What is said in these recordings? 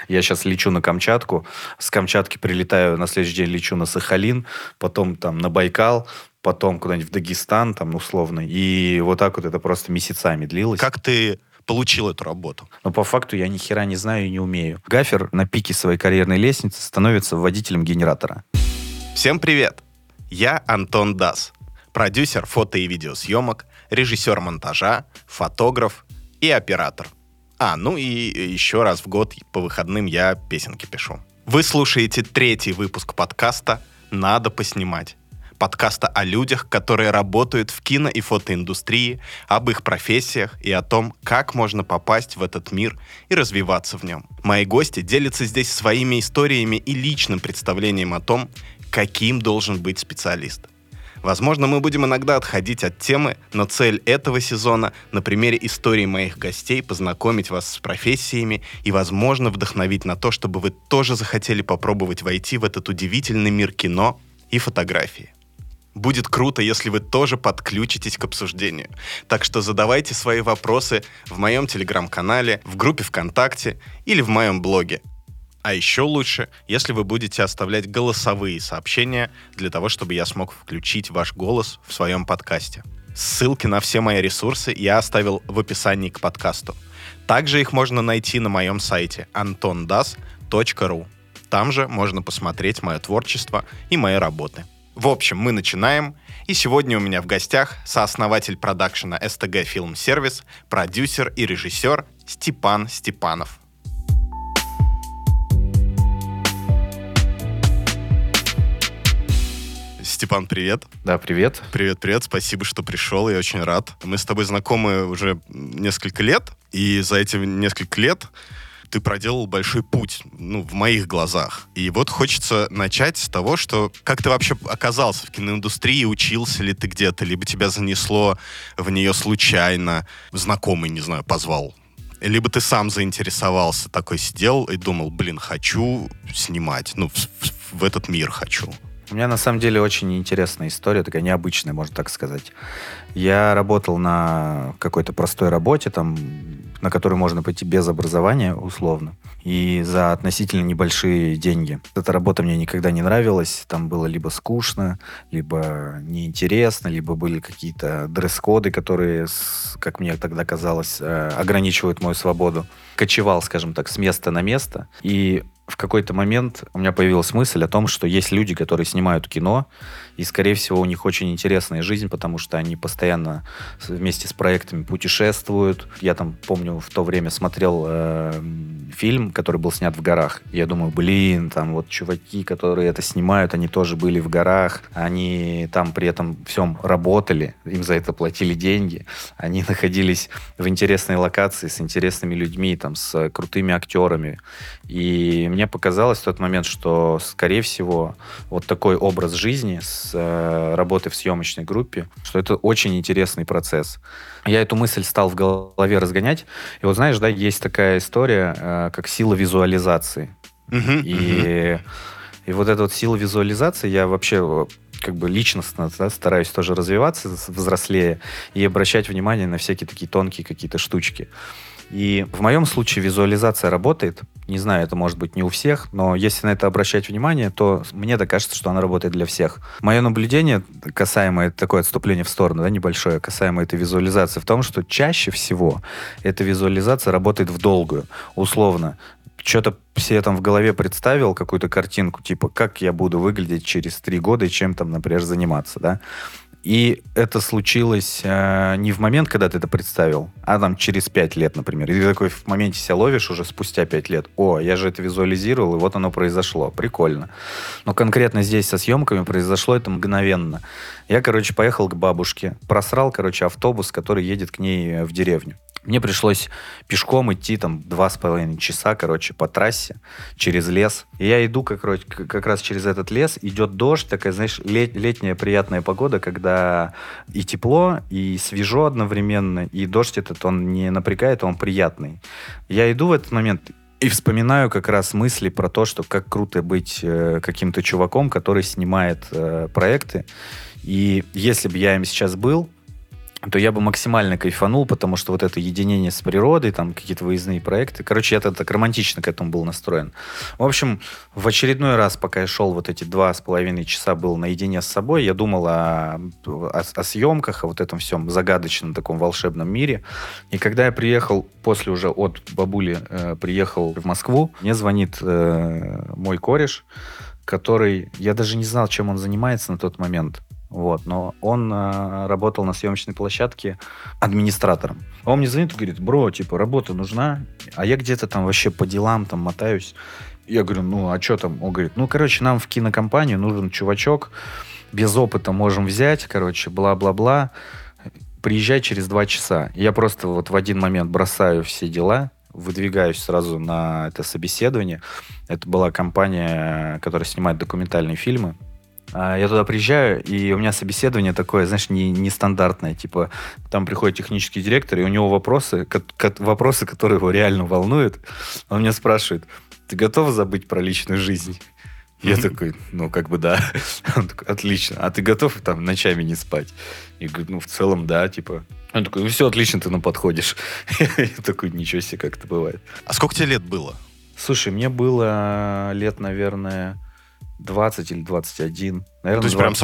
Я сейчас лечу на Камчатку, с Камчатки прилетаю, на следующий день лечу на Сахалин, потом там на Байкал, потом куда-нибудь в Дагестан, там, условно. И вот так вот это просто месяцами длилось. Как ты получил эту работу? Но по факту я ни хера не знаю и не умею. Гафер на пике своей карьерной лестницы становится водителем генератора. Всем привет! Я Антон Дас, продюсер фото- и видеосъемок, режиссер монтажа, фотограф и оператор. Ну и еще раз в год по выходным я песенки пишу. Вы слушаете 3-й выпуск подкаста «Надо поснимать». Подкаста о людях, которые работают в кино- и фотоиндустрии, об их профессиях и о том, как можно попасть в этот мир и развиваться в нем. Мои гости делятся здесь своими историями и личным представлением о том, каким должен быть специалист. Возможно, мы будем иногда отходить от темы, но цель этого сезона на примере истории моих гостей познакомить вас с профессиями и, возможно, вдохновить на то, чтобы вы тоже захотели попробовать войти в этот удивительный мир кино и фотографии. Будет круто, если вы тоже подключитесь к обсуждению. Так что задавайте свои вопросы в моем телеграм-канале, в группе ВКонтакте или в моем блоге. А еще лучше, если вы будете оставлять голосовые сообщения для того, чтобы я смог включить ваш голос в своем подкасте. Ссылки на все мои ресурсы я оставил в описании к подкасту. Также их можно найти на моем сайте antondas.ru. Там же можно посмотреть мое творчество и мои работы. В общем, мы начинаем. И сегодня у меня в гостях сооснователь продакшена СТГ Film Service, продюсер и режиссер Степан Степанов. Степан, привет. Да, привет. Привет. Спасибо, что пришел. Я очень рад. Мы с тобой знакомы уже несколько лет, и за эти несколько лет ты проделал большой путь, в моих глазах. И вот хочется начать с того, что как ты вообще оказался в киноиндустрии, учился ли ты где-то, либо тебя занесло в нее случайно, знакомый, не знаю, позвал. Либо ты сам заинтересовался, такой сидел и думал, хочу снимать, в этот мир хочу. У меня на самом деле очень интересная история, такая необычная, можно так сказать. Я работал на какой-то простой работе, на которую можно пойти без образования, условно, и за относительно небольшие деньги. Эта работа мне никогда не нравилась, там было либо скучно, либо неинтересно, либо были какие-то дресс-коды, которые, как мне тогда казалось, ограничивают мою свободу. Кочевал, скажем так, с места на место, и в какой-то момент у меня появилась мысль о том, что есть люди, которые снимают кино, и, скорее всего, у них очень интересная жизнь, потому что они постоянно вместе с проектами путешествуют. Я помню, в то время смотрел фильм, который был снят в горах. Я думаю, чуваки, которые это снимают, они тоже были в горах, они там при этом всем работали, им за это платили деньги, они находились в интересной локации с интересными людьми, с крутыми актерами. И мне показалось в тот момент, что, скорее всего, вот такой образ жизни с работой в съемочной группе, что это очень интересный процесс. Я эту мысль стал в голове разгонять. И вот знаешь, есть такая история, как сила визуализации. И вот эта вот сила визуализации, я вообще личностно стараюсь тоже развиваться, взрослее, и обращать внимание на всякие такие тонкие какие-то штучки. И в моем случае визуализация работает. Не знаю, это может быть не у всех, но если на это обращать внимание, то мне так кажется, что она работает для всех. Мое наблюдение, касаемо такое отступление в сторону, небольшое, касаемо этой визуализации, в том, что чаще всего эта визуализация работает в долгую. Условно, что-то себе в голове представил, какую-то картинку, как я буду выглядеть через 3 года и чем например, заниматься, да. И это случилось не в момент, когда ты это представил, а через 5 лет, например. И ты такой в моменте себя ловишь уже спустя 5 лет. Я же это визуализировал, и вот оно произошло. Прикольно. Но конкретно здесь со съемками произошло это мгновенно. Я, поехал к бабушке, просрал, автобус, который едет к ней в деревню. Мне пришлось пешком идти 2,5 часа, по трассе, через лес. И я иду как раз через этот лес, идет дождь, такая, знаешь, летняя приятная погода, когда и тепло, и свежо одновременно, и дождь этот, он не напрягает, он приятный. Я иду в этот момент и вспоминаю как раз мысли про то, что как круто быть каким-то чуваком, который снимает проекты. И если бы я им сейчас был, то я бы максимально кайфанул, потому что вот это единение с природой, там какие-то выездные проекты. Короче, я так романтично к этому был настроен. В общем, в очередной раз, пока я шел вот эти 2,5 часа, был наедине с собой, я думал о съемках, о вот этом всем загадочном таком волшебном мире. И когда я приехал, после уже от бабули приехал в Москву, мне звонит мой кореш, который... Я даже не знал, чем он занимается на тот момент. Вот, но он работал на съемочной площадке администратором. А он мне звонит и говорит: бро, типа, работа нужна, а я где-то там вообще по делам там мотаюсь. Я говорю: ну, а что там? Он говорит: ну, короче, нам в кинокомпанию нужен чувачок, без опыта можем взять, короче, бла-бла-бла. Приезжай через 2 часа. Я просто вот в один момент бросаю все дела, выдвигаюсь сразу на это собеседование. Это была компания, которая снимает документальные фильмы. Я туда приезжаю, и у меня собеседование такое, знаешь, нестандартное. Типа, там приходит технический директор, и у него вопросы, которые его реально волнуют. Он меня спрашивает: ты готов забыть про личную жизнь? Я такой: ну, как бы да. Он такой: отлично. А ты готов там ночами не спать? Я говорю: ну, в целом, да, типа. Он такой: ну, все, отлично, ты нам подходишь. Я такой: ничего себе, как это бывает. А сколько тебе лет было? Слушай, мне было лет, наверное, 20 или 21. Наверное, То есть 20. прям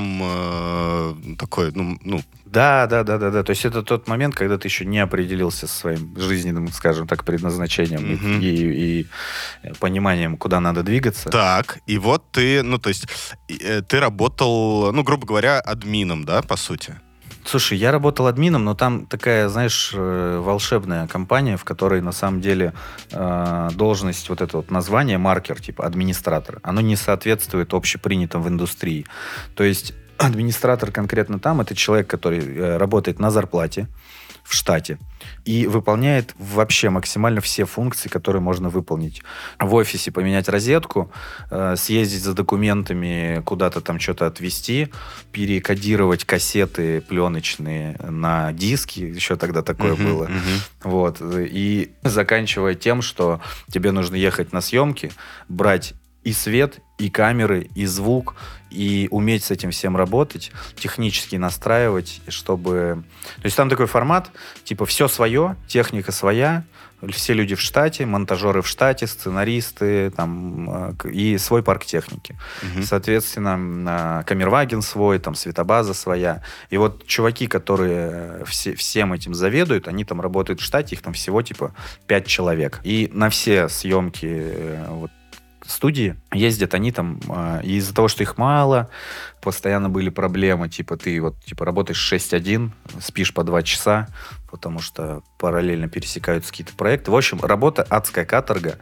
совсем такой, ну... Да. То есть это тот момент, когда ты еще не определился со своим жизненным, скажем так, предназначением и пониманием, куда надо двигаться. Так, и вот ты, ну, то есть ты работал, ну, грубо говоря, админом, да, по сути? Слушай, я работал админом, но там такая, знаешь, волшебная компания, в которой на самом деле должность, вот это вот название, маркер, типа администратор, оно не соответствует общепринятым в индустрии. То есть администратор конкретно там — это человек, который работает на зарплате, в штате, и выполняет вообще максимально все функции, которые можно выполнить. В офисе поменять розетку, съездить за документами, куда-то там что-то отвезти, перекодировать кассеты пленочные на диски, еще тогда такое было. Вот. И заканчивая тем, что тебе нужно ехать на съемки, брать и свет, и камеры, и звук, и уметь с этим всем работать, технически настраивать, чтобы... То есть там такой формат, типа все свое, техника своя, все люди в штате, монтажеры в штате, сценаристы, там, и свой парк техники. Соответственно, камерваген свой, там, светобаза своя. И вот чуваки, которые всем этим заведуют, они там работают в штате, их там всего типа 5 человек. И на все съемки студии ездят они там, и из-за того, что их мало, постоянно были проблемы, типа ты вот типа работаешь 6-1, спишь по 2 часа, потому что параллельно пересекаются какие-то проекты. В общем, работа адская каторга,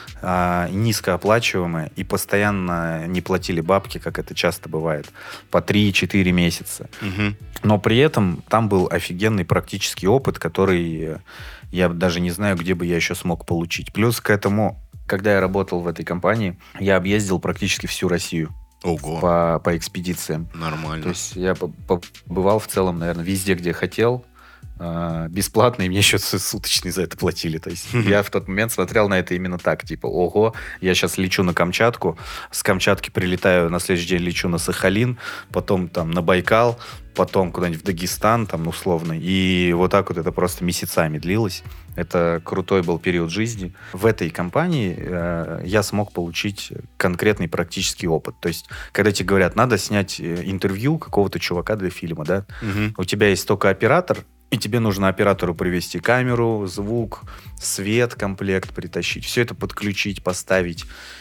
низкооплачиваемая, и постоянно не платили бабки, как это часто бывает, по 3-4 месяца. Но при этом там был офигенный практический опыт, который я даже не знаю, где бы я еще смог получить. Плюс к этому, когда я работал в этой компании, я объездил практически всю Россию. Ого. По экспедициям. Нормально. То есть я побывал в целом, наверное, везде, где хотел. Бесплатно, и мне еще суточные за это платили. То есть я в тот момент смотрел на это именно так. Типа, ого, я сейчас лечу на Камчатку, с Камчатки прилетаю, на следующий день лечу на Сахалин, потом там на Байкал, потом куда-нибудь в Дагестан, там, условно. И вот так вот это просто месяцами длилось. Это крутой был период жизни. В этой компании я смог получить конкретный практический опыт. То есть, когда тебе говорят, надо снять интервью какого-то чувака для фильма, да? У тебя есть только оператор, и тебе нужно оператору привезти камеру, звук, свет, комплект притащить. Все это подключить, поставить.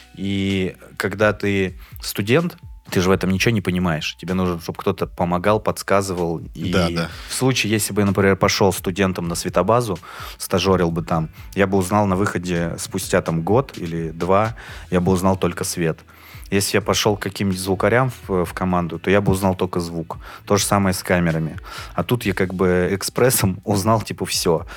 И когда ты студент, ты же в этом ничего не понимаешь. Тебе нужно, чтобы кто-то помогал, подсказывал. И в случае, если бы я, например, пошел студентом на светобазу, стажерил бы там, я бы узнал на выходе спустя там год или 2, я бы узнал только свет. Если я пошел к каким-нибудь звукарям в команду, то я бы узнал только звук. То же самое с камерами. А тут я как бы экспрессом узнал типа все.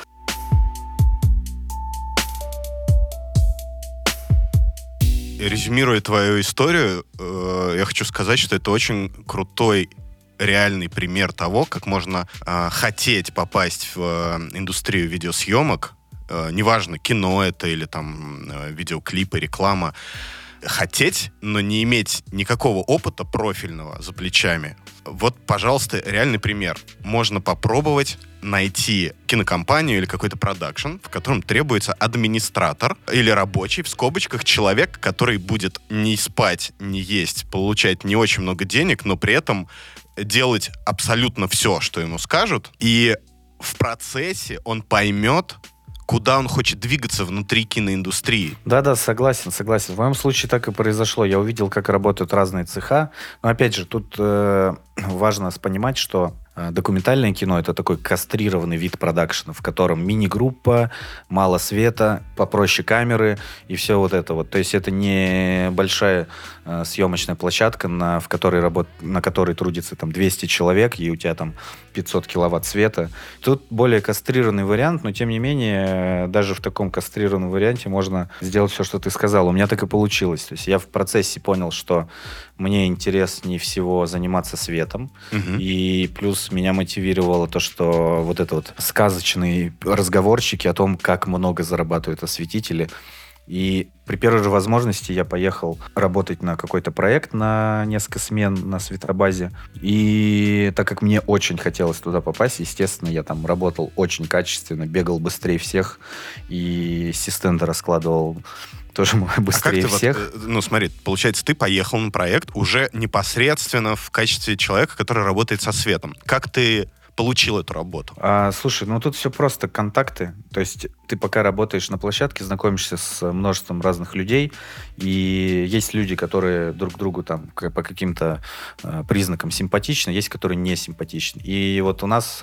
Резюмируя твою историю, я хочу сказать, что это очень крутой реальный пример того, как можно хотеть попасть в индустрию видеосъемок, неважно, кино это или там видеоклипы, реклама, хотеть, но не иметь никакого опыта профильного за плечами Вот, пожалуйста, реальный пример. Можно попробовать найти кинокомпанию или какой-то продакшн, в котором требуется администратор или рабочий, в скобочках, человек, который будет не спать, не есть, получать не очень много денег, но при этом делать абсолютно все, что ему скажут, и в процессе он поймет, куда он хочет двигаться внутри киноиндустрии. Да-да, согласен. В моем случае так и произошло. Я увидел, как работают разные цеха. Но опять же, тут важно понимать, что документальное кино — это такой кастрированный вид продакшена, в котором мини-группа, мало света, попроще камеры и все вот это вот. То есть это не большая съемочная площадка, на которой трудится там 200 человек, и у тебя там 500 киловатт света. Тут более кастрированный вариант, но тем не менее, даже в таком кастрированном варианте можно сделать все, что ты сказал. У меня так и получилось. То есть я в процессе понял, что мне интереснее всего заниматься светом, и плюс меня мотивировало то, что вот это вот сказочные разговорчики о том, как много зарабатывают осветители. И при первой же возможности я поехал работать на какой-то проект на несколько смен на светобазе. И так как мне очень хотелось туда попасть, естественно, я там работал очень качественно, бегал быстрее всех и ассистента раскладывал тоже быстрее всех. Смотри, получается, ты поехал на проект уже непосредственно в качестве человека, который работает со светом. Как ты получил эту работу? Слушай, тут все просто контакты. То есть ты пока работаешь на площадке, знакомишься с множеством разных людей, и есть люди, которые друг другу там по каким-то признакам симпатичны, есть, которые не симпатичны. И вот у нас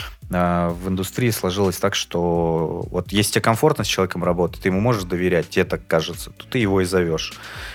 в индустрии сложилось так, что вот если тебе комфортно с человеком работать, ты ему можешь доверять, тебе так кажется, то ты его и зовешь.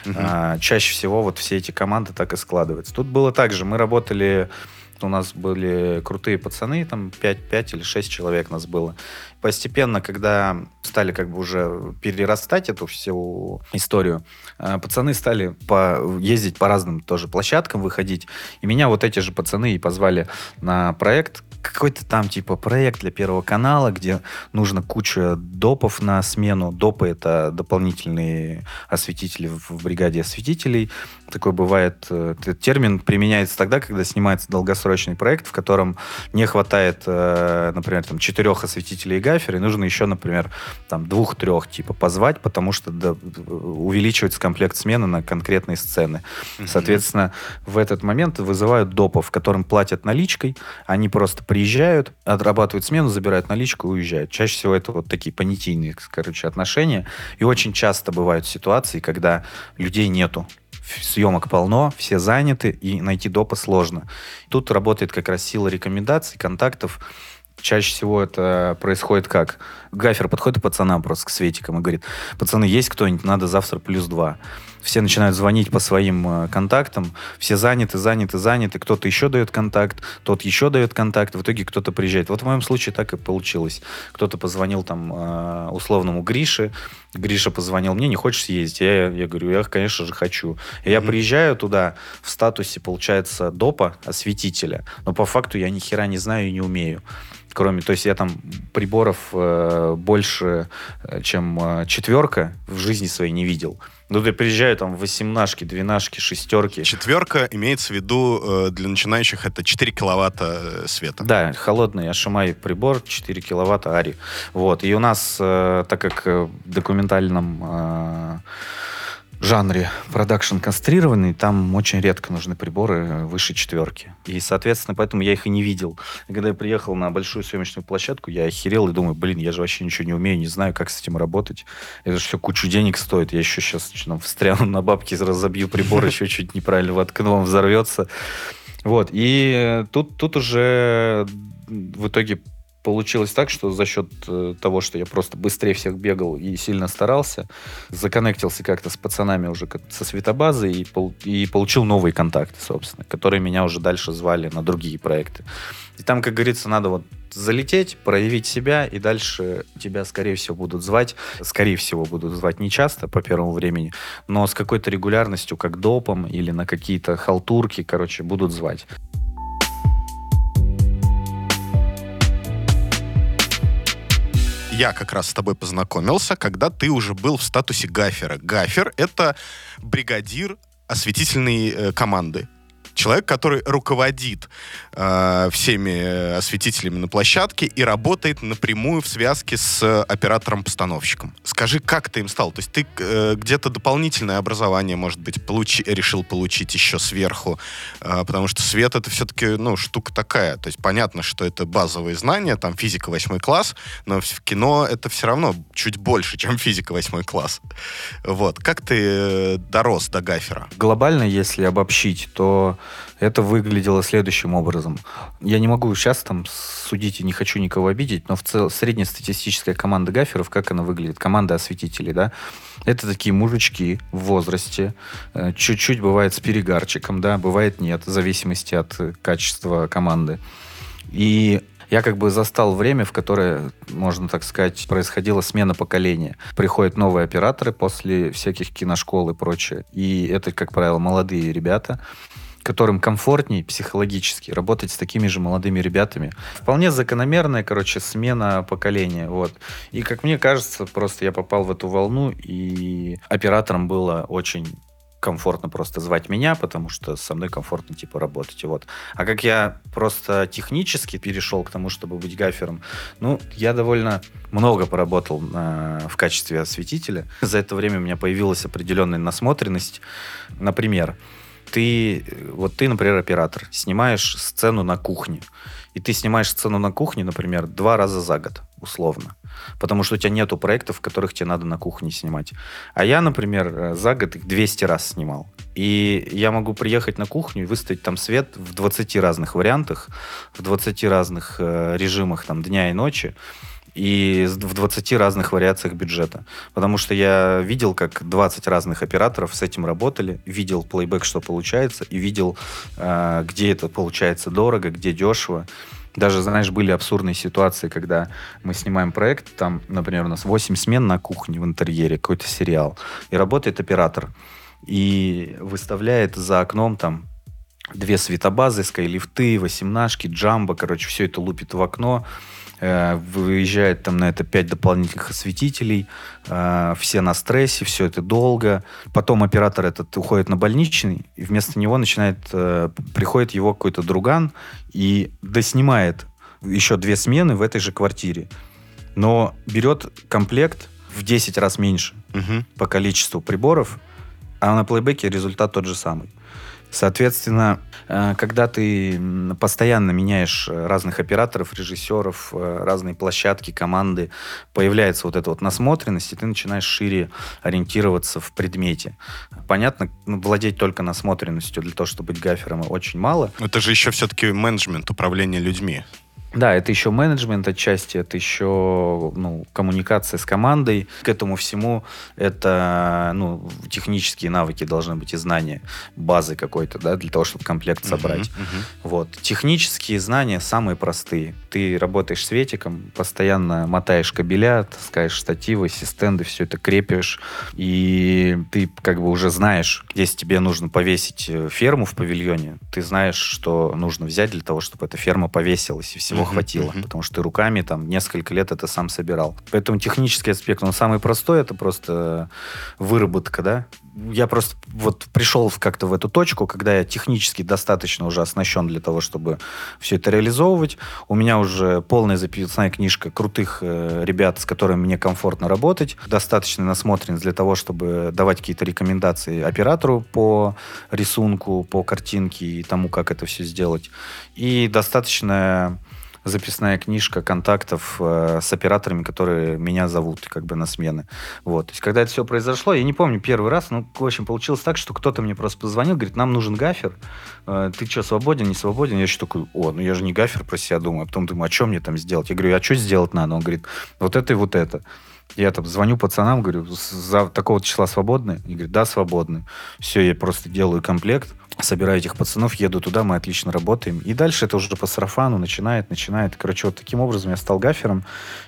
Чаще всего вот все эти команды так и складываются. Тут было так же, мы работали... У нас были крутые пацаны, там 5 или 6 человек нас было. Постепенно, когда стали как бы уже перерастать эту всю историю, пацаны стали ездить по разным тоже площадкам, выходить. И меня вот эти же пацаны и позвали на проект. Какой-то там типа проект для Первого канала, где нужно куча допов на смену. Допы — это дополнительные осветители в бригаде осветителей. Такой бывает. Этот термин применяется тогда, когда снимается долгосрочный проект, в котором не хватает, например, там 4 осветителей и гафера, и нужно еще, например, там 2-3 типа позвать, потому что увеличивается комплект смены на конкретные сцены. Соответственно, в этот момент вызывают допов, которым платят наличкой, они просто приезжают, отрабатывают смену, забирают наличку и уезжают. Чаще всего это вот такие понятийные, отношения. И очень часто бывают ситуации, когда людей нету. Съемок полно, все заняты, и найти допа сложно. Тут работает как раз сила рекомендаций, контактов. Чаще всего это происходит как? Гафер подходит к пацанам просто, к светикам, и говорит: пацаны, есть кто-нибудь? Надо завтра +2. Все начинают звонить по своим контактам, все заняты, кто-то еще дает контакт, тот еще дает контакт, в итоге кто-то приезжает. Вот в моем случае так и получилось. Кто-то позвонил там условному Грише, Гриша позвонил мне: не хочешь съездить? Я говорю: я, конечно же, хочу. И я приезжаю туда в статусе, получается, допа, осветителя, но по факту я ни хера не знаю и не умею. То есть я там приборов больше, чем 4 в жизни своей не видел. Я приезжаю там в 18-ки, 12-ки, 6-ки. 4 имеется в виду для начинающих это 4 киловатта света. Да, холодный Ашимай прибор, 4 киловатта Ари. Вот. И у нас, так как в документальном жанре продакшн кастрированный, там очень редко нужны приборы выше 4. И, соответственно, поэтому я их и не видел. И когда я приехал на большую съемочную площадку, я охерел и думаю: я же вообще ничего не умею, не знаю, как с этим работать. Это же все кучу денег стоит. Я еще сейчас встряну на бабки, разобью прибор, еще чуть неправильно воткну, он взорвется. Вот. И тут уже в итоге получилось так, что за счет того, что я просто быстрее всех бегал и сильно старался, законнектился как-то с пацанами уже со светобазы и получил новые контакты, собственно, которые меня уже дальше звали на другие проекты. И там, как говорится, надо вот залететь, проявить себя, и дальше тебя, скорее всего, будут звать. Скорее всего, будут звать не часто, по первому времени, но с какой-то регулярностью, как допом или на какие-то халтурки, будут звать. Я как раз с тобой познакомился, когда ты уже был в статусе гафера. Гафер — это бригадир осветительной команды. человек, который руководит всеми осветителями на площадке и работает напрямую в связке с оператором-постановщиком. Скажи, как ты им стал? То есть ты где-то дополнительное образование, может быть, решил получить еще сверху, потому что свет — это все-таки, штука такая. То есть понятно, что это базовые знания, там физика 8 класс, но в кино это все равно чуть больше, чем физика 8 класс. Вот. Как ты дорос до гафера? Глобально, если обобщить, то это выглядело следующим образом. Я не могу сейчас там судить и не хочу никого обидеть, но в целом среднестатистическая команда гаферов, как она выглядит? Команда осветителей, да? Это такие мужички в возрасте, чуть-чуть бывает с перегарчиком, да, бывает нет, в зависимости от качества команды. И я как бы застал время, в которое, можно так сказать, происходила смена поколения. Приходят новые операторы после всяких киношкол и прочее. И это, как правило, молодые ребята, которым комфортней психологически работать с такими же молодыми ребятами. Вполне закономерная, смена поколения. Вот. И, как мне кажется, просто я попал в эту волну, и операторам было очень комфортно просто звать меня, потому что со мной комфортно работать. Вот. А как я просто технически перешел к тому, чтобы быть гафером, я довольно много поработал в качестве осветителя. За это время у меня появилась определенная насмотренность. Например, ты, например, оператор, снимаешь сцену на кухне. И ты снимаешь сцену на кухне, например, 2 раза за год, условно. Потому что у тебя нету проектов, в которых тебе надо на кухне снимать. А я, например, за год их 200 раз снимал. И я могу приехать на кухню и выставить там свет в 20 разных вариантах, в 20 разных режимах дня и ночи. И в 20 разных вариациях бюджета. Потому что я видел, как 20 разных операторов с этим работали, видел плейбэк, что получается, и видел, где это получается дорого, где дешево. Даже, знаешь, были абсурдные ситуации, когда мы снимаем проект, там, например, у нас 8 смен на кухне в интерьере, какой-то сериал, и работает оператор, и выставляет за окном там 2 светобазы, скайлифты, 18-шки, джамбо, все это лупит в окно. Выезжает там на это 5 дополнительных осветителей, все на стрессе, все это долго. Потом оператор этот уходит на больничный, и вместо него приходит его какой-то друган и доснимает еще 2 смены в этой же квартире. Но берет комплект в 10 раз меньше по количеству приборов, а на плейбеке результат тот же самый. Соответственно, когда ты постоянно меняешь разных операторов, режиссеров, разные площадки, команды, появляется эта насмотренность, и ты начинаешь шире ориентироваться в предмете. Понятно, владеть только насмотренностью для того, чтобы быть гафером, очень мало. Это же еще все-таки менеджмент, управление людьми. Да, это еще менеджмент отчасти, это еще коммуникация с командой. К этому всему это технические навыки должны быть и знания, базы какой-то, да, для того, чтобы комплект собрать. Вот. Технические знания самые простые. Ты работаешь светиком, постоянно мотаешь кабеля, таскаешь штативы, систенды, все это крепишь, и ты уже знаешь, где тебе нужно повесить ферму в павильоне. Ты знаешь, что нужно взять для того, чтобы эта ферма повесилась, и всего хватило, потому что ты руками несколько лет это сам собирал. Поэтому технический аспект, он самый простой, это просто выработка, да. Я просто пришел как-то в эту точку, когда я технически достаточно уже оснащен для того, чтобы все это реализовывать. У меня уже полная записная книжка крутых ребят, с которыми мне комфортно работать. Достаточно насмотренность для того, чтобы давать какие-то рекомендации оператору по рисунку, по картинке и тому, как это все сделать. И достаточно записная книжка контактов с операторами, которые меня зовут на смены. Вот. То есть, когда это все произошло, я не помню первый раз, в общем, получилось так, что кто-то мне просто позвонил, говорит, нам нужен гафер, ты что, свободен, не свободен? Я еще такой, я же не гафер, про себя думаю. А потом думаю, а что мне там сделать? Я говорю, а что сделать надо? Он говорит, вот это и вот это. Я звоню пацанам, говорю, за такого числа свободны? Они говорят, да, свободны. Все, я просто делаю комплект, собираю этих пацанов, еду туда, мы отлично работаем. И дальше это уже по сарафану начинает. Таким образом я стал гафером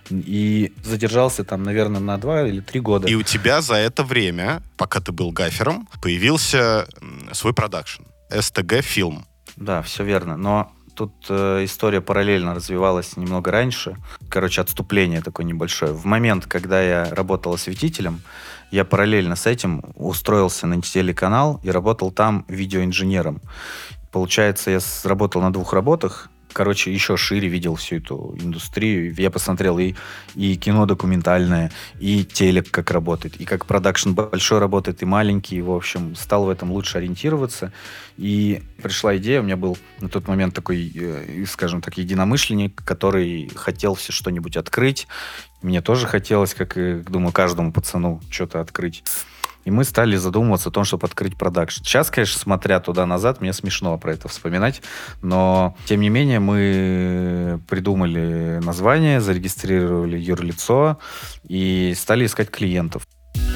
и задержался наверное, на 2 или 3 года. И у тебя за это время, пока ты был гафером, появился свой продакшн. СТГ Фильм. Да, все верно. Но тут история параллельно развивалась немного раньше. Отступление такое небольшое. В момент, когда я работал осветителем, я параллельно с этим устроился на телеканал и работал там видеоинженером. Получается, я работал на 2 работах. Короче, еще шире видел всю эту индустрию. Я посмотрел и кино документальное, и телек как работает, и как продакшн большой работает, и маленький. В общем, стал в этом лучше ориентироваться. И пришла идея, у меня был на тот момент такой, скажем так, единомышленник, который хотел все что-нибудь открыть. Мне тоже хотелось, как и, думаю, каждому пацану что-то открыть. И мы стали задумываться о том, чтобы открыть продакшн. Сейчас, конечно, смотря туда-назад, мне смешно про это вспоминать, но, тем не менее, мы придумали название, зарегистрировали юрлицо и стали искать клиентов.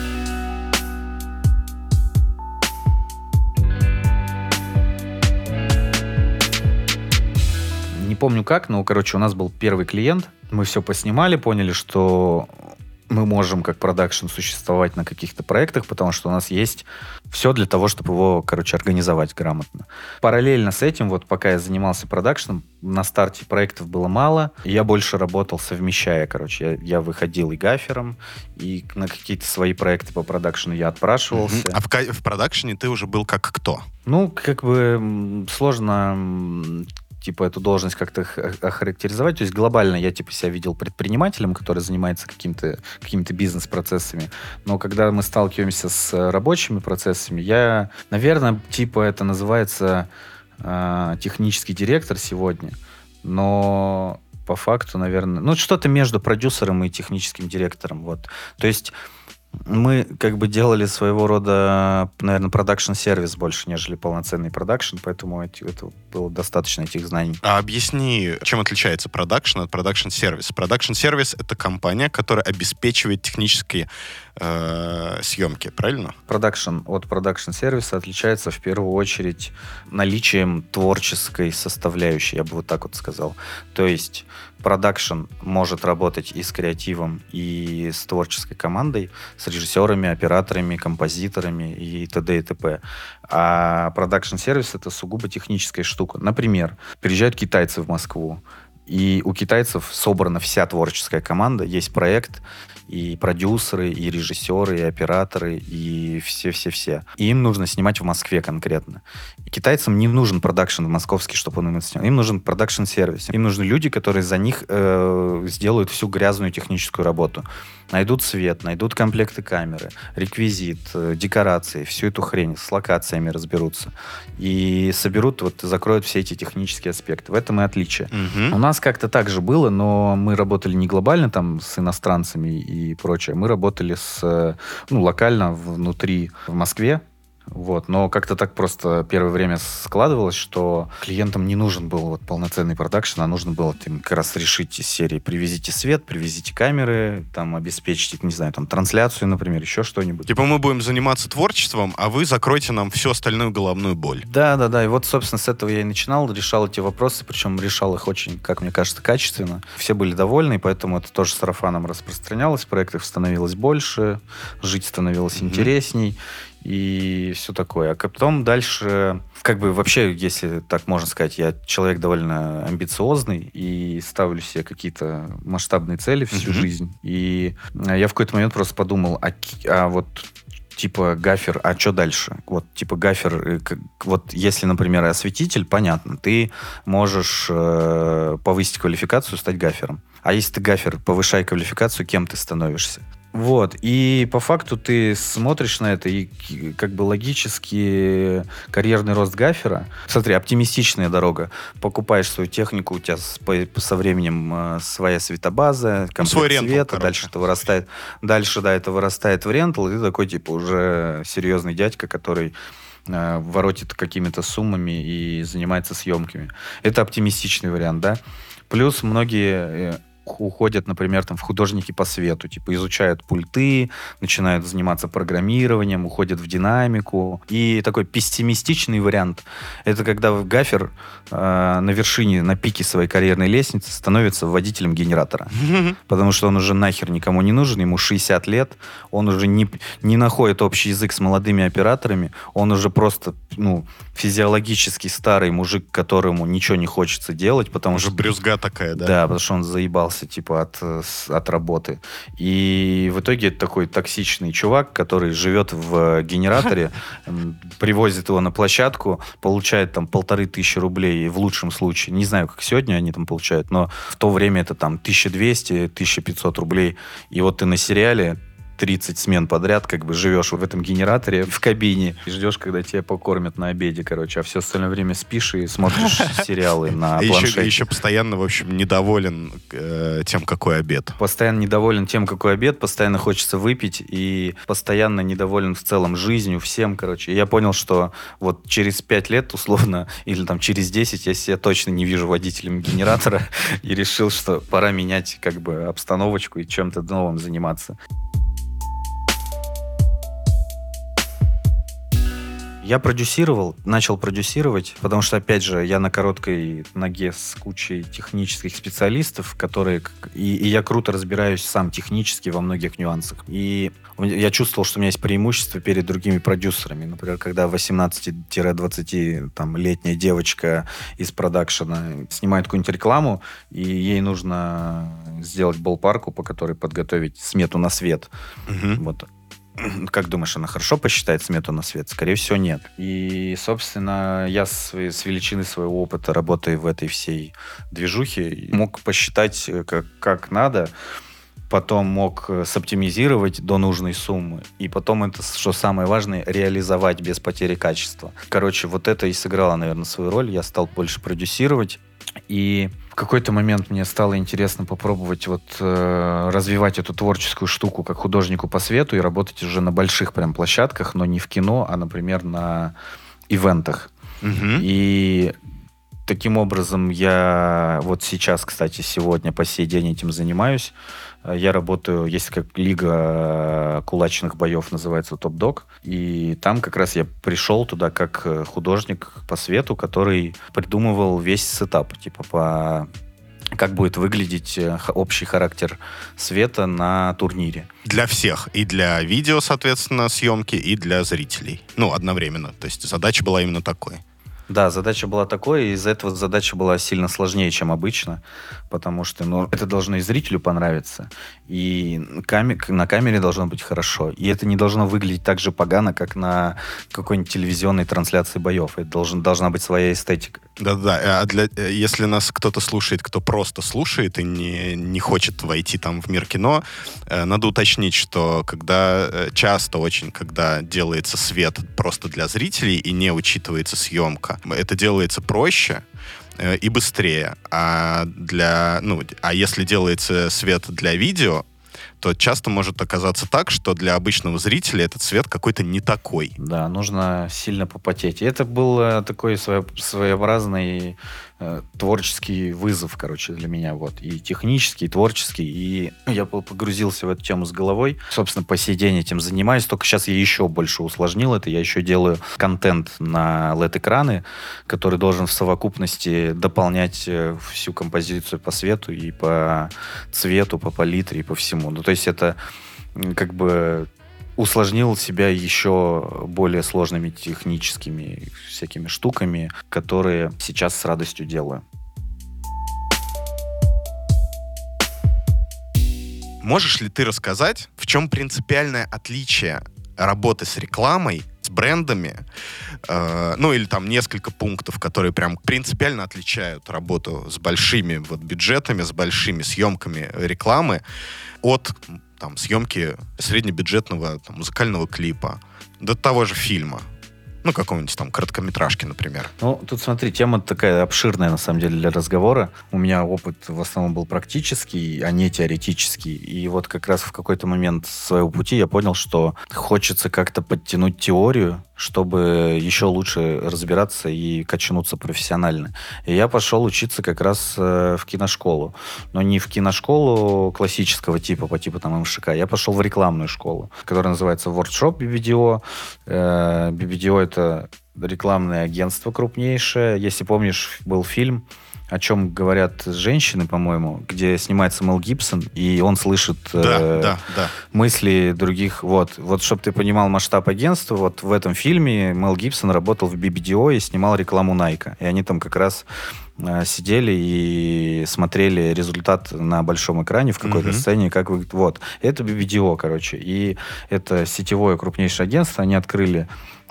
Не помню как, но, короче, у нас был первый клиент. Мы все поснимали, поняли, что мы можем как продакшн существовать на каких-то проектах, потому что у нас есть все для того, чтобы его, короче, организовать грамотно. Параллельно с этим, вот пока я занимался продакшном, на старте проектов было мало, и я больше работал совмещая, короче. Я выходил и гафером, и на какие-то свои проекты по продакшну я отпрашивался. А в продакшене ты уже был как кто? Ну, как бы сложно типа эту должность как-то охарактеризовать. То есть глобально я типа себя видел предпринимателем, который занимается какими-то бизнес-процессами. Но когда мы сталкиваемся с рабочими процессами, я, наверное, типа это называется технический директор сегодня. Но по факту, наверное, ну что-то между продюсером и техническим директором. Вот. То есть мы как бы делали своего рода, наверное, продакшн-сервис больше, нежели полноценный продакшн, поэтому это было достаточно этих знаний. А объясни, чем отличается продакшн от продакшн-сервис? Продакшн-сервис — это компания, которая обеспечивает технические съемки, правильно? Продакшн от продакшн-сервиса отличается в первую очередь наличием творческой составляющей, я бы вот так вот сказал. То есть продакшн может работать и с креативом, и с творческой командой, с режиссерами, операторами, композиторами и т.д. и т.п. А продакшн-сервис — это сугубо техническая штука. Например, приезжают китайцы в Москву, и у китайцев собрана вся творческая команда, есть проект, и продюсеры, и режиссеры, и операторы, и все-все-все. И им нужно снимать в Москве конкретно. И китайцам не нужен продакшн московский, чтобы он им снял. Им нужен продакшн-сервис. Им нужны люди, которые за них сделают всю грязную техническую работу. Найдут свет, найдут комплекты камеры, реквизит, декорации, всю эту хрень, с локациями разберутся. И соберут, вот, закроют все эти технические аспекты. В этом и отличие. У нас как-то так же было, но мы работали не глобально там с иностранцами и прочее. Мы работали локально внутри, в Москве. Вот. Но как-то так просто первое время складывалось, что клиентам не нужен был вот полноценный продакшн, а нужно было им как раз решить из серии: привезите свет, привезите камеры, там, обеспечьте, не знаю, там, трансляцию, например, еще что-нибудь. Типа мы будем заниматься творчеством, а вы закройте нам всю остальную головную боль. Да. И вот, собственно, с этого я и начинал, решал эти вопросы, причем решал их очень, как мне кажется, качественно. Все были довольны, поэтому это тоже сарафаном распространялось, проектов становилось больше, жить становилось интересней. И все такое. А потом дальше, как бы вообще, если так можно сказать, я человек довольно амбициозный и ставлю себе какие-то масштабные цели всю жизнь. И я в какой-то момент просто подумал, а вот типа гафер, а что дальше? Вот типа гафер, вот если, например, осветитель, понятно, ты можешь повысить квалификацию, стать гафером. А если ты гафер, повышай квалификацию, кем ты становишься? Вот, и по факту ты смотришь на это, и как бы логически карьерный рост гафера. Смотри, оптимистичная дорога. Покупаешь свою технику, у тебя со временем своя светобаза, комплект света, дальше это вырастает. Дальше, да, это вырастает в рентал, и ты такой, типа, уже серьезный дядька, который воротит какими-то суммами и занимается съемками. Это оптимистичный вариант, да. Плюс многие уходят, например, там, в художники по свету, типа изучают пульты, начинают заниматься программированием, уходят в динамику. И такой пессимистичный вариант — это когда гафер на вершине, на пике своей карьерной лестницы становится водителем генератора. Потому что он уже нахер никому не нужен, ему 60 лет, он уже не находит общий язык с молодыми операторами, он уже просто, физиологически старый мужик, которому ничего не хочется делать, потому уже что... брюзга такая, да? Да, потому что он заебался оторвался, типа, от работы. И в итоге это такой токсичный чувак, который живет в генераторе, привозит его на площадку, получает там 1500 рублей в лучшем случае. Не знаю, как сегодня они там получают, но в то время это там 1200-1500 рублей. И вот ты на сериале 30 смен подряд, как бы живешь в этом генераторе, в кабине, и ждешь, когда тебя покормят на обеде, короче, а все остальное время спишь и смотришь сериалы на планшете. Еще постоянно, в общем, недоволен тем, какой обед. Постоянно недоволен тем, какой обед, постоянно хочется выпить, и постоянно недоволен в целом жизнью, всем, короче. И я понял, что вот через 5 лет, условно, или там через 10, я себя точно не вижу водителем генератора, и решил, что пора менять как бы обстановочку и чем-то новым заниматься. Я начал продюсировать, потому что, опять же, я на короткой ноге с кучей технических специалистов, которые... И я круто разбираюсь сам технически во многих нюансах. И я чувствовал, что у меня есть преимущество перед другими продюсерами. Например, когда 18-20-летняя девочка из продакшена снимает какую-нибудь рекламу, и ей нужно сделать болпарку, по которой подготовить смету на свет. Вот. Как думаешь, она хорошо посчитает смету на свет? Скорее всего, нет. И, собственно, я с величины своего опыта, работая в этой всей движухе, мог посчитать как надо, потом мог соптимизировать до нужной суммы, и потом это, что самое важное, реализовать без потери качества. Короче, вот это и сыграло, наверное, свою роль. Я стал больше продюсировать, и в какой-то момент мне стало интересно попробовать развивать эту творческую штуку как художнику по свету и работать уже на больших прям площадках, но не в кино, а, например, на ивентах. И таким образом я вот сейчас, кстати, сегодня по сей день этим занимаюсь. Я работаю, есть как лига кулачных боев, называется Топ-Дог. И там как раз я пришел туда как художник по свету, который придумывал весь сетап, типа как будет выглядеть общий характер света на турнире. Для всех. И для видео, соответственно, съемки, и для зрителей. Ну, одновременно. То есть задача была именно такой. Да, задача была такой, и из-за этого задача была сильно сложнее, чем обычно, потому что это должно и зрителю понравиться, и на камере должно быть хорошо, и это не должно выглядеть так же погано, как на какой-нибудь телевизионной трансляции боев. Это должна быть своя эстетика. Да-да, если нас кто-то слушает, кто просто слушает и не хочет войти там в мир кино, надо уточнить, что часто очень, когда делается свет просто для зрителей и не учитывается съемка, это делается проще и быстрее. А если делается свет для видео, то часто может оказаться так, что для обычного зрителя этот свет какой-то не такой. Да, нужно сильно попотеть. И это был такой своеобразный творческий вызов, короче, для меня. Вот. И технический, и творческий. И я погрузился в эту тему с головой. Собственно, по сей день этим занимаюсь. Только сейчас я еще больше усложнил это. Я еще делаю контент на LED-экраны, который должен в совокупности дополнять всю композицию по свету и по цвету, по палитре и по всему. Ну, то есть это как бы усложнил себя еще более сложными техническими всякими штуками, которые сейчас с радостью делаю. Можешь ли ты рассказать, в чем принципиальное отличие работы с рекламой, с брендами, или там несколько пунктов, которые прям принципиально отличают работу с большими бюджетами, с большими съемками рекламы от съемки среднебюджетного музыкального клипа до того же фильма. Какого-нибудь короткометражки, например. Тут смотри, тема такая обширная, на самом деле, для разговора. У меня опыт в основном был практический, а не теоретический. И вот как раз в какой-то момент своего пути я понял, что хочется как-то подтянуть теорию, чтобы еще лучше разбираться и качнуться профессионально. И я пошел учиться как раз в киношколу. Но не в киношколу классического типа, по типу МШК. Я пошел в рекламную школу, которая называется Workshop BBDO. BBDO — это рекламное агентство крупнейшее. Если помнишь, был фильм «О чем говорят женщины», по-моему, где снимается Мел Гибсон, и он слышит мысли других. Вот, чтобы ты понимал масштаб агентства, вот в этом фильме Мел Гибсон работал в BBDO и снимал рекламу Nike. И они там как раз сидели и смотрели результат на большом экране в какой-то сцене, как вы... Вот. Это BBDO, короче. И это сетевое крупнейшее агентство. Они открыли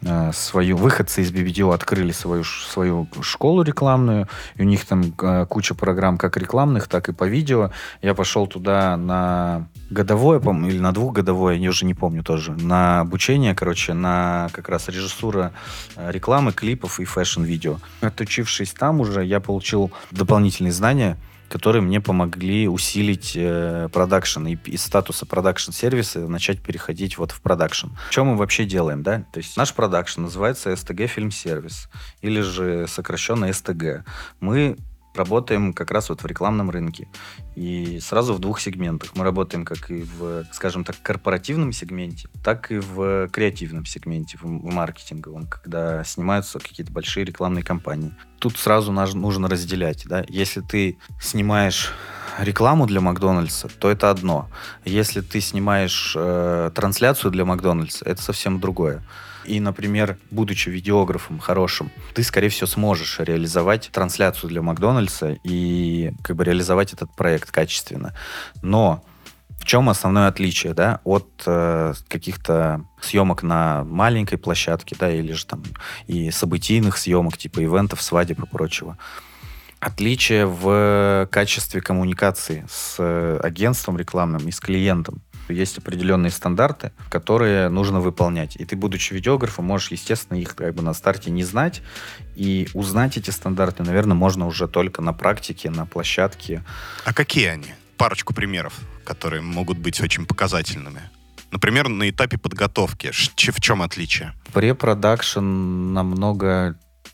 выходцы из BBDO открыли свою школу рекламную, и у них там куча программ как рекламных, так и по видео. Я пошел туда на годовое, по-моему, или на двухгодовое, я уже не помню тоже, на обучение, короче, на как раз режиссура рекламы, клипов и фэшн-видео. Отучившись там уже, я получил дополнительные знания, которые мне помогли усилить продакшн и из статуса продакшн-сервиса начать переходить вот в продакшн. Что мы вообще делаем, да? То есть наш продакшн называется STG Фильм-сервис, или же сокращенно STG. Мы работаем как раз вот в рекламном рынке. И сразу в двух сегментах. Мы работаем как и в, скажем так, корпоративном сегменте, так и в креативном сегменте, в маркетинговом, когда снимаются какие-то большие рекламные кампании. Тут сразу нужно разделять. Да? Если ты снимаешь рекламу для Макдональдса, то это одно. Если ты снимаешь трансляцию для Макдональдса, это совсем другое. И, например, будучи видеографом хорошим, ты, скорее всего, сможешь реализовать трансляцию для Макдональдса и как бы реализовать этот проект качественно. Но в чем основное отличие, да, от каких-то съемок на маленькой площадке, да, или же там и событийных съемок, типа ивентов, свадеб и прочего? Отличие в качестве коммуникации с агентством рекламным и с клиентом. Есть определенные стандарты, которые нужно выполнять. И ты, будучи видеографом, можешь, естественно, их как бы на старте не знать. И узнать эти стандарты, наверное, можно уже только на практике, на площадке. А какие они? Парочку примеров, которые могут быть очень показательными. Например, на этапе подготовки. В чем отличие? Препродакшн намного...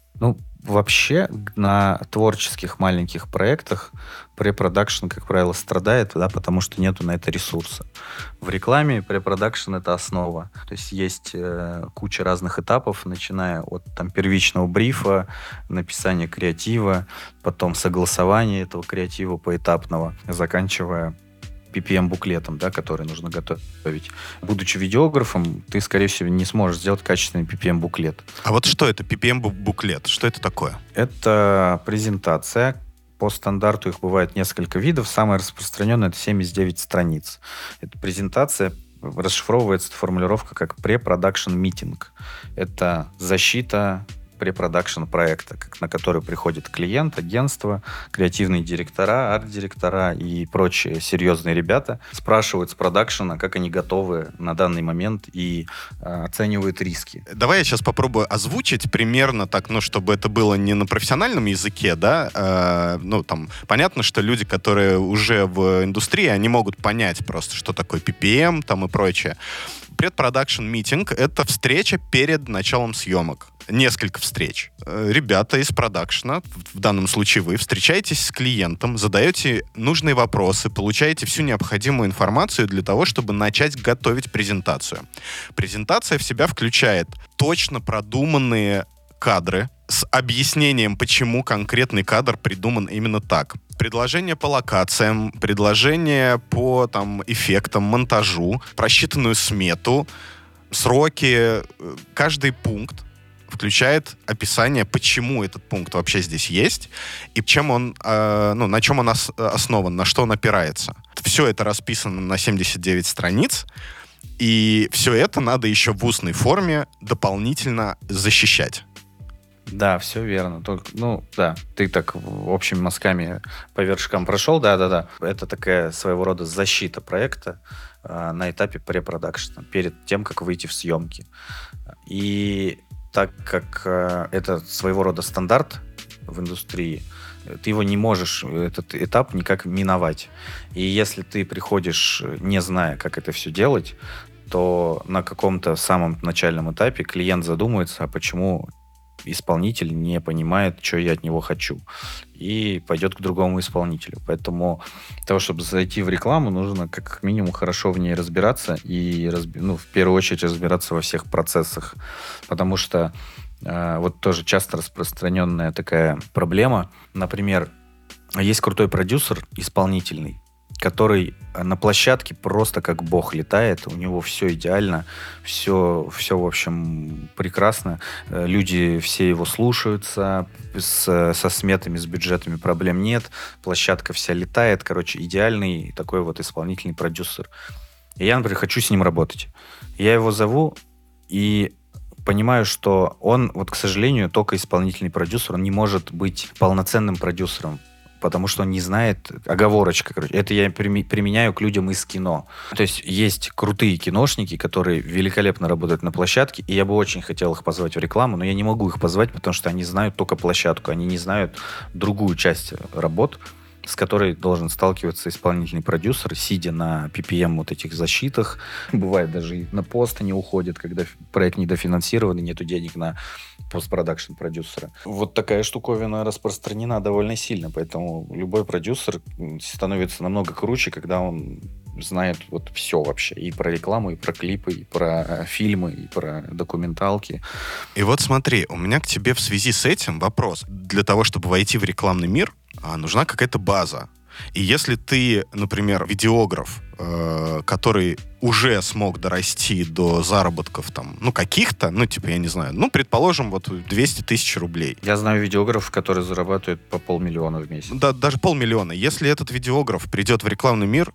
Вообще на творческих маленьких проектах препродакшн, как правило, страдает, да, потому что нету на это ресурса. В рекламе препродакшн — это основа. То есть есть куча разных этапов, начиная от там, первичного брифа, написания креатива, потом согласования этого креатива поэтапного, заканчивая PPM-буклетом, да, который нужно готовить. Будучи видеографом, ты, скорее всего, не сможешь сделать качественный PPM-буклет. А вот что это PPM-буклет? Что это такое? Это презентация. По стандарту их бывает несколько видов. Самое распространенное — это 79 страниц. Эта презентация расшифровывается формулировка как pre-production meeting. Это защита препродакшн проекта, на который приходит клиент, агентство, креативные директора, арт-директора и прочие серьезные ребята, спрашивают с продакшена, как они готовы на данный момент и оценивают риски. Давай я сейчас попробую озвучить примерно так, чтобы это было не на профессиональном языке, да, там понятно, что люди, которые уже в индустрии, они могут понять просто, что такое PPM там и прочее. Предпродакшн митинг — это встреча перед началом съемок. Несколько встреч. Ребята из продакшна, в данном случае вы, встречаетесь с клиентом, задаете нужные вопросы, получаете всю необходимую информацию для того, чтобы начать готовить презентацию. Презентация в себя включает точно продуманные кадры с объяснением, почему конкретный кадр придуман именно так. Предложение по локациям, предложение по эффектам, монтажу, просчитанную смету, сроки, каждый пункт включает описание, почему этот пункт вообще здесь есть и чем он, на чем он основан, на что он опирается. Все это расписано на 79 страниц, и все это надо еще в устной форме дополнительно защищать. Да, все верно. Ты так общими мазками по вершкам прошел, да. Это такая своего рода защита проекта на этапе препродакшна, перед тем, как выйти в съемки. И так как это своего рода стандарт в индустрии, ты его не можешь, этот этап, никак миновать. И если ты приходишь, не зная, как это все делать, то на каком-то самом начальном этапе клиент задумается, а почему исполнитель не понимает, что я от него хочу, и пойдет к другому исполнителю. Поэтому для того, чтобы зайти в рекламу, нужно как минимум хорошо в ней разбираться и, в первую очередь, разбираться во всех процессах. Потому что вот тоже часто распространенная такая проблема. Например, есть крутой продюсер исполнительный, который на площадке просто как бог летает, у него все идеально, все, в общем, прекрасно. Люди все его слушаются, со сметами, с бюджетами проблем нет, площадка вся летает, короче, идеальный такой вот исполнительный продюсер. И я, например, хочу с ним работать. Я его зову и понимаю, что он, вот, к сожалению, только исполнительный продюсер, он не может быть полноценным продюсером, потому что он не знает, оговорочка, короче. Это я применяю к людям из кино. То есть крутые киношники, которые великолепно работают на площадке, и я бы очень хотел их позвать в рекламу, но я не могу их позвать, потому что они знают только площадку, они не знают другую часть работ, с которой должен сталкиваться исполнительный продюсер, сидя на PPM вот этих защитах. Бывает, даже и на пост они уходят, когда проект недофинансирован, и нету денег на постпродакшн продюсера. Вот такая штуковина распространена довольно сильно, поэтому любой продюсер становится намного круче, когда он знает вот все вообще. И про рекламу, и про клипы, и про фильмы, и про документалки. И вот смотри, у меня к тебе в связи с этим вопрос. Для того, чтобы войти в рекламный мир, нужна какая-то база. И если ты, например, видеограф, который уже смог дорасти до заработков там, каких-то, я не знаю, предположим, вот 200 тысяч рублей. Я знаю видеографов, которые зарабатывают по 500 000 в месяц. Да, даже 500 000. Если этот видеограф придет в рекламный мир,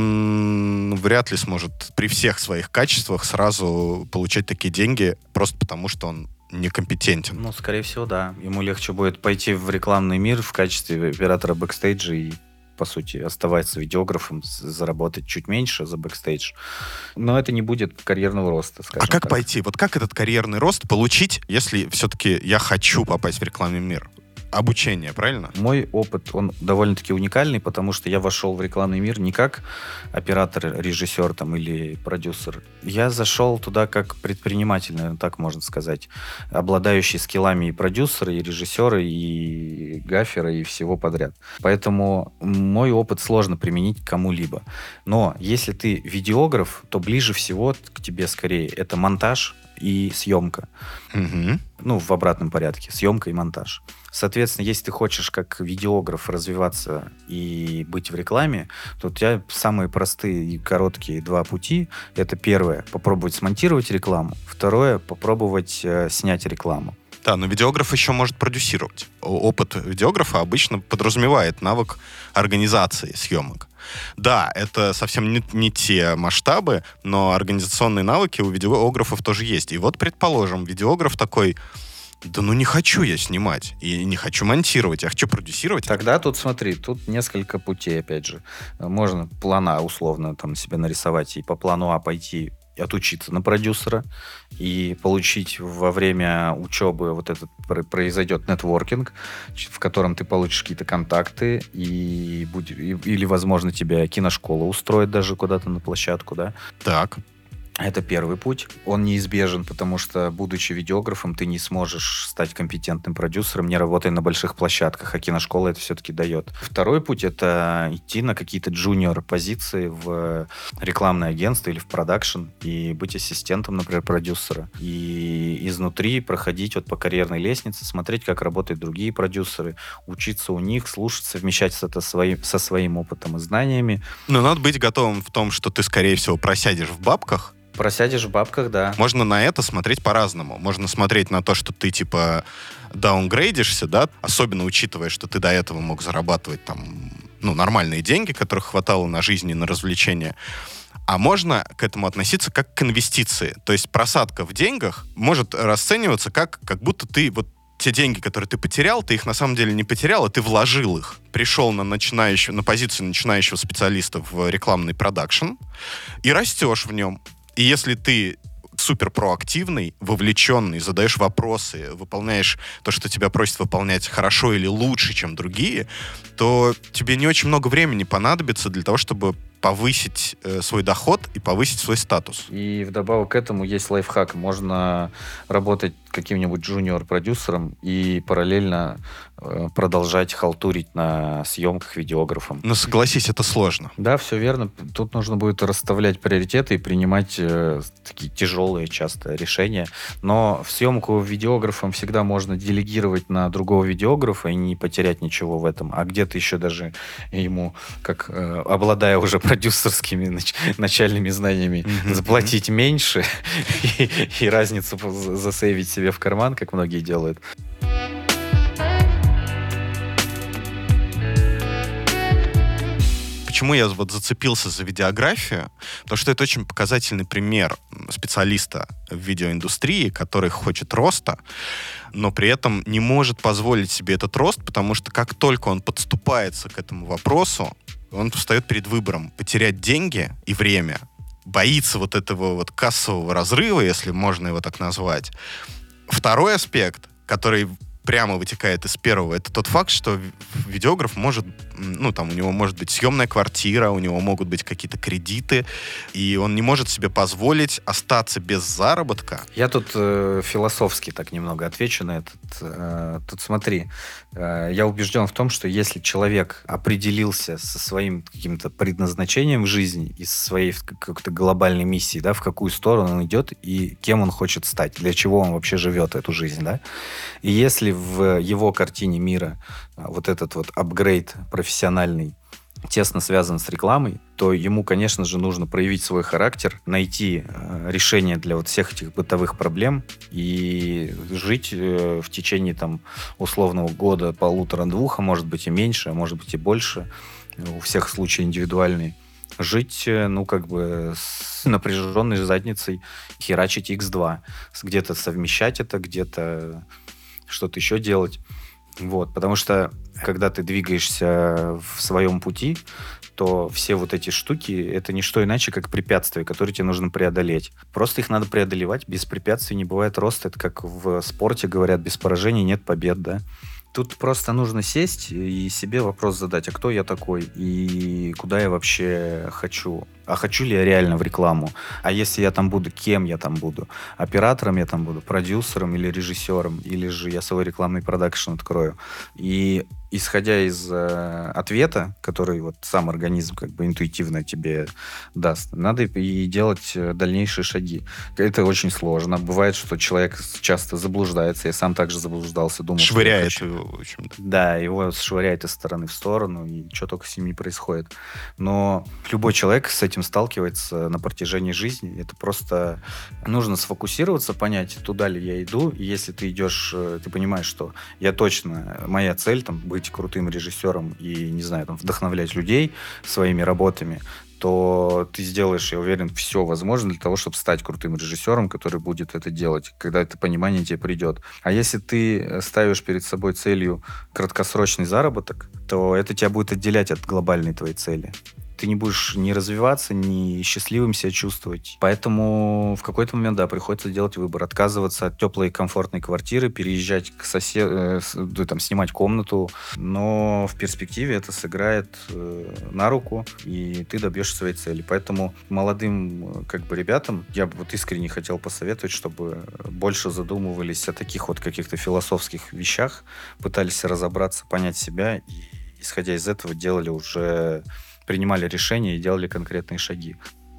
он вряд ли сможет при всех своих качествах сразу получать такие деньги, просто потому что он некомпетентен. Скорее всего, да. Ему легче будет пойти в рекламный мир в качестве оператора бэкстейджа и, по сути, оставаться видеографом, заработать чуть меньше за бэкстейдж. Но это не будет карьерного роста, скажем так. А как так. пойти? Вот как этот карьерный рост получить, если все-таки я хочу попасть в рекламный мир? Обучение, правильно? Мой опыт, он довольно-таки уникальный, потому что я вошел в рекламный мир не как оператор, режиссер там, или продюсер. Я зашел туда как предприниматель, наверное, так можно сказать, обладающий скиллами и продюсера, и режиссера, и гафера, и всего подряд. Поэтому мой опыт сложно применить к кому-либо. Но если ты видеограф, то ближе всего к тебе скорее это монтаж и съемка. Угу. В обратном порядке. Съемка и монтаж. Соответственно, если ты хочешь как видеограф развиваться и быть в рекламе, то у тебя самые простые и короткие два пути. Это первое — попробовать смонтировать рекламу. Второе — попробовать снять рекламу. Да, но видеограф еще может продюсировать. Опыт видеографа обычно подразумевает навык организации съемок. Да, это совсем не те масштабы, но организационные навыки у видеографов тоже есть. И вот, предположим, видеограф такой: да не хочу я снимать, и не хочу монтировать, я хочу продюсировать. Тогда тут смотри, тут несколько путей, опять же. Можно план А условно там себе нарисовать и по плану А пойти отучиться на продюсера и получить во время учебы вот этот произойдет нетворкинг, в котором ты получишь какие-то контакты или, возможно, тебя киношкола устроит даже куда-то на площадку, да? Так. Это первый путь. Он неизбежен, потому что, будучи видеографом, ты не сможешь стать компетентным продюсером, не работая на больших площадках, а киношкола это все-таки дает. Второй путь — это идти на какие-то джуниор-позиции в рекламное агентство или в продакшн и быть ассистентом, например, продюсера. И изнутри проходить вот по карьерной лестнице, смотреть, как работают другие продюсеры, учиться у них, слушать, совмещать это со своим опытом и знаниями. Но надо быть готовым в том, что ты, скорее всего, просядешь в бабках. Просядешь в бабках, да. Можно на это смотреть по-разному. Можно смотреть на то, что ты, даунгрейдишься, да, особенно учитывая, что ты до этого мог зарабатывать там, нормальные деньги, которых хватало на жизнь и на развлечения. А можно к этому относиться как к инвестиции. То есть просадка в деньгах может расцениваться как будто ты те деньги, которые ты потерял, ты их на самом деле не потерял, а ты вложил их. Пришел на позицию начинающего специалиста в рекламный продакшн и растешь в нем. И если ты супер проактивный, вовлеченный, задаешь вопросы, выполняешь то, что тебя просят выполнять хорошо или лучше, чем другие, то тебе не очень много времени понадобится для того, чтобы повысить свой доход и повысить свой статус. И вдобавок к этому есть лайфхак. Можно работать каким-нибудь джуниор-продюсером и параллельно продолжать халтурить на съемках видеографом. Но согласись, это сложно. Да, все верно. Тут нужно будет расставлять приоритеты и принимать такие тяжелые часто решения. Но в съемку видеографом всегда можно делегировать на другого видеографа и не потерять ничего в этом. А где-то еще даже ему, как обладая уже продюсерскими начальными знаниями, заплатить меньше и разницу засейвить себе в карман, как многие делают. Почему я вот зацепился за видеографию? Потому что это очень показательный пример специалиста в видеоиндустрии, который хочет роста, но при этом не может позволить себе этот рост, потому что как только он подступается к этому вопросу, он встает перед выбором потерять деньги и время, боится вот этого вот кассового разрыва, если можно его так назвать. Второй аспект, который прямо вытекает из первого, это тот факт, что видеограф может, там у него может быть съемная квартира, у него могут быть какие-то кредиты, и он не может себе позволить остаться без заработка. Я тут философски так немного отвечу на этот. Тут смотри, я убежден в том, что если человек определился со своим каким-то предназначением в жизни и со своей какой-то глобальной миссией, да, в какую сторону он идет и кем он хочет стать, для чего он вообще живет эту жизнь, да, и если в его картине мира вот этот вот апгрейд профессиональный тесно связан с рекламой, то ему, конечно же, нужно проявить свой характер, найти решение для вот всех этих бытовых проблем и жить в течение там условного года, полутора-двух, а может быть и меньше, а может быть и больше. У всех случаи индивидуальные. Жить, с напряженной задницей, херачить X2. Где-то совмещать это, где-то что-то еще делать. Вот. Потому что, когда ты двигаешься в своем пути, то все вот эти штуки — это не что иначе, как препятствия, которые тебе нужно преодолеть. Просто их надо преодолевать. Без препятствий не бывает роста. Это как в спорте говорят, без поражений нет побед, да? Тут просто нужно сесть и себе вопрос задать, а кто я такой и куда я вообще хочу? А хочу ли я реально в рекламу? А если я там буду, кем я там буду? Оператором я там буду, продюсером или режиссером? Или же я свой рекламный продакшн открою? И исходя из ответа, который вот сам организм как бы интуитивно тебе даст, надо и делать дальнейшие шаги. Это очень сложно. Бывает, что человек часто заблуждается. Я сам также заблуждался, думал, швыряет его, в общем-то. Да, его швыряет из стороны в сторону, и что только с ним не происходит. Но любой человек с этим сталкивается на протяжении жизни. Это просто нужно сфокусироваться, понять, туда ли я иду. И если ты идешь, ты понимаешь, что я точно, моя цель там быть крутым режиссером и, не знаю, там, вдохновлять людей своими работами, то ты сделаешь, я уверен, все возможное для того, чтобы стать крутым режиссером, который будет это делать, когда это понимание тебе придет. А если ты ставишь перед собой целью краткосрочный заработок, то это тебя будет отделять от глобальной твоей цели. Ты не будешь ни развиваться, ни счастливым себя чувствовать. Поэтому в какой-то момент, да, приходится делать выбор. Отказываться от теплой и комфортной квартиры, переезжать к соседу, там, снимать комнату. Но в перспективе это сыграет на руку, и ты добьешься своей цели. Поэтому молодым ребятам я бы вот искренне хотел посоветовать, чтобы больше задумывались о таких вот каких-то философских вещах, пытались разобраться, понять себя, и, исходя из этого, принимали решения и делали конкретные шаги.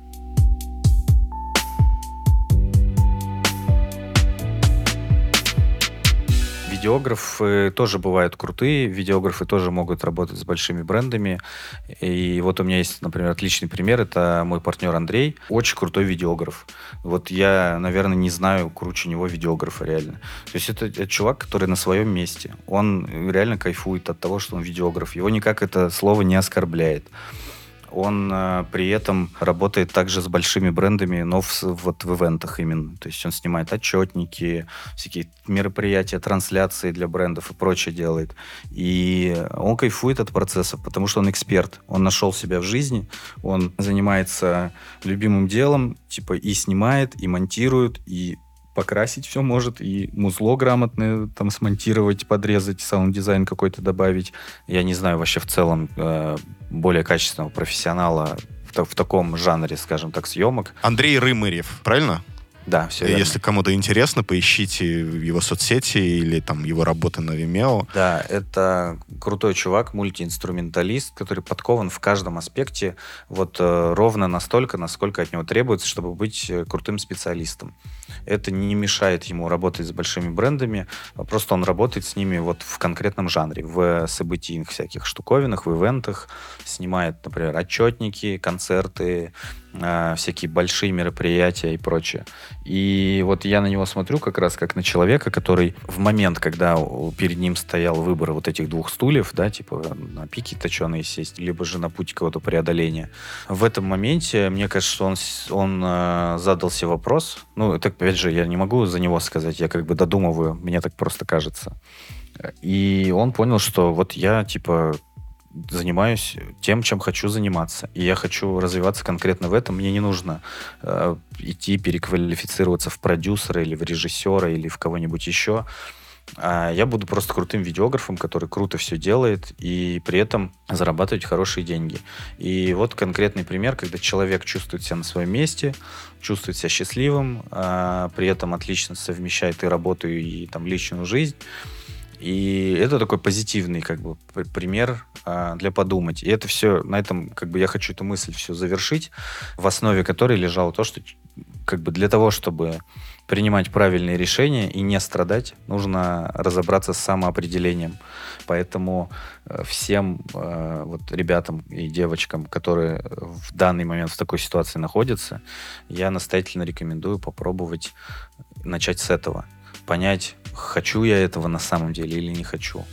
Видеографы тоже бывают крутые, видеографы тоже могут работать с большими брендами. И вот у меня есть, например, отличный пример. Это мой партнер Андрей. Очень крутой видеограф. Вот я, наверное, не знаю круче него видеографа реально. То есть это чувак, который на своем месте. Он реально кайфует от того, что он видеограф. Его никак это слово не оскорбляет. Он при этом работает также с большими брендами, но в ивентах именно. То есть он снимает отчетники, всякие мероприятия, трансляции для брендов и прочее делает. И он кайфует от процесса, потому что он эксперт. Он нашел себя в жизни, он занимается любимым делом, и снимает, и монтирует, и покрасить все может, и музло грамотное там смонтировать, подрезать, саунд-дизайн какой-то добавить. Я не знаю вообще в целом более качественного профессионала в таком жанре, скажем так, съемок. Андрей Рымырев, правильно? Да, все верно. Если кому-то интересно, поищите его соцсети или там его работы на Vimeo. Да, это крутой чувак, мультиинструменталист, который подкован в каждом аспекте вот ровно настолько, насколько от него требуется, чтобы быть крутым специалистом. Это не мешает ему работать с большими брендами, просто он работает с ними вот в конкретном жанре, в событийных всяких штуковинах, в ивентах, снимает, например, отчетники, концерты, всякие большие мероприятия и прочее. И вот я на него смотрю как раз как на человека, который в момент, когда перед ним стоял выбор вот этих двух стульев, да, типа на пике точеные сесть, либо же на путь какого-то преодоления, в этом моменте, мне кажется, что он задал себе вопрос. Ну, это, опять же, я не могу за него сказать, я как бы додумываю, мне так просто кажется. И он понял, что вот я, типа, занимаюсь тем, чем хочу заниматься. И я хочу развиваться конкретно в этом. Мне не нужно идти переквалифицироваться в продюсера или в режиссера или в кого-нибудь еще. Я буду просто крутым видеографом, который круто все делает и при этом зарабатывать хорошие деньги. И вот конкретный пример, когда человек чувствует себя на своем месте, чувствует себя счастливым, при этом отлично совмещает и работу, и там личную жизнь. И это такой позитивный как бы пример для подумать. И это все, на этом как бы я хочу эту мысль все завершить, в основе которой лежало то, что как бы для того, чтобы принимать правильные решения и не страдать, нужно разобраться с самоопределением. Поэтому всем вот ребятам и девочкам, которые в данный момент в такой ситуации находятся, я настоятельно рекомендую попробовать начать с этого. Понять, хочу я этого на самом деле или не хочу.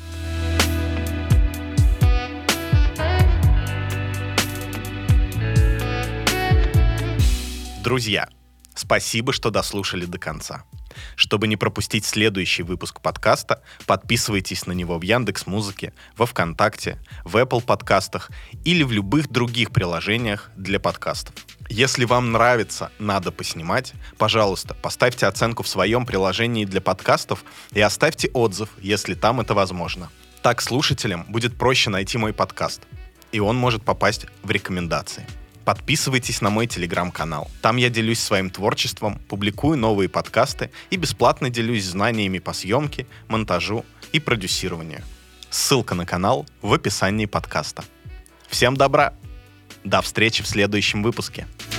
Друзья, спасибо, что дослушали до конца. Чтобы не пропустить следующий выпуск подкаста, подписывайтесь на него в Яндекс.Музыке, во ВКонтакте, в Apple подкастах или в любых других приложениях для подкастов. Если вам нравится «Надо поснимать», пожалуйста, поставьте оценку в своем приложении для подкастов и оставьте отзыв, если там это возможно. Так слушателям будет проще найти мой подкаст, и он может попасть в рекомендации. Подписывайтесь на мой телеграм-канал. Там я делюсь своим творчеством, публикую новые подкасты и бесплатно делюсь знаниями по съемке, монтажу и продюсированию. Ссылка на канал в описании подкаста. Всем добра! До встречи в следующем выпуске.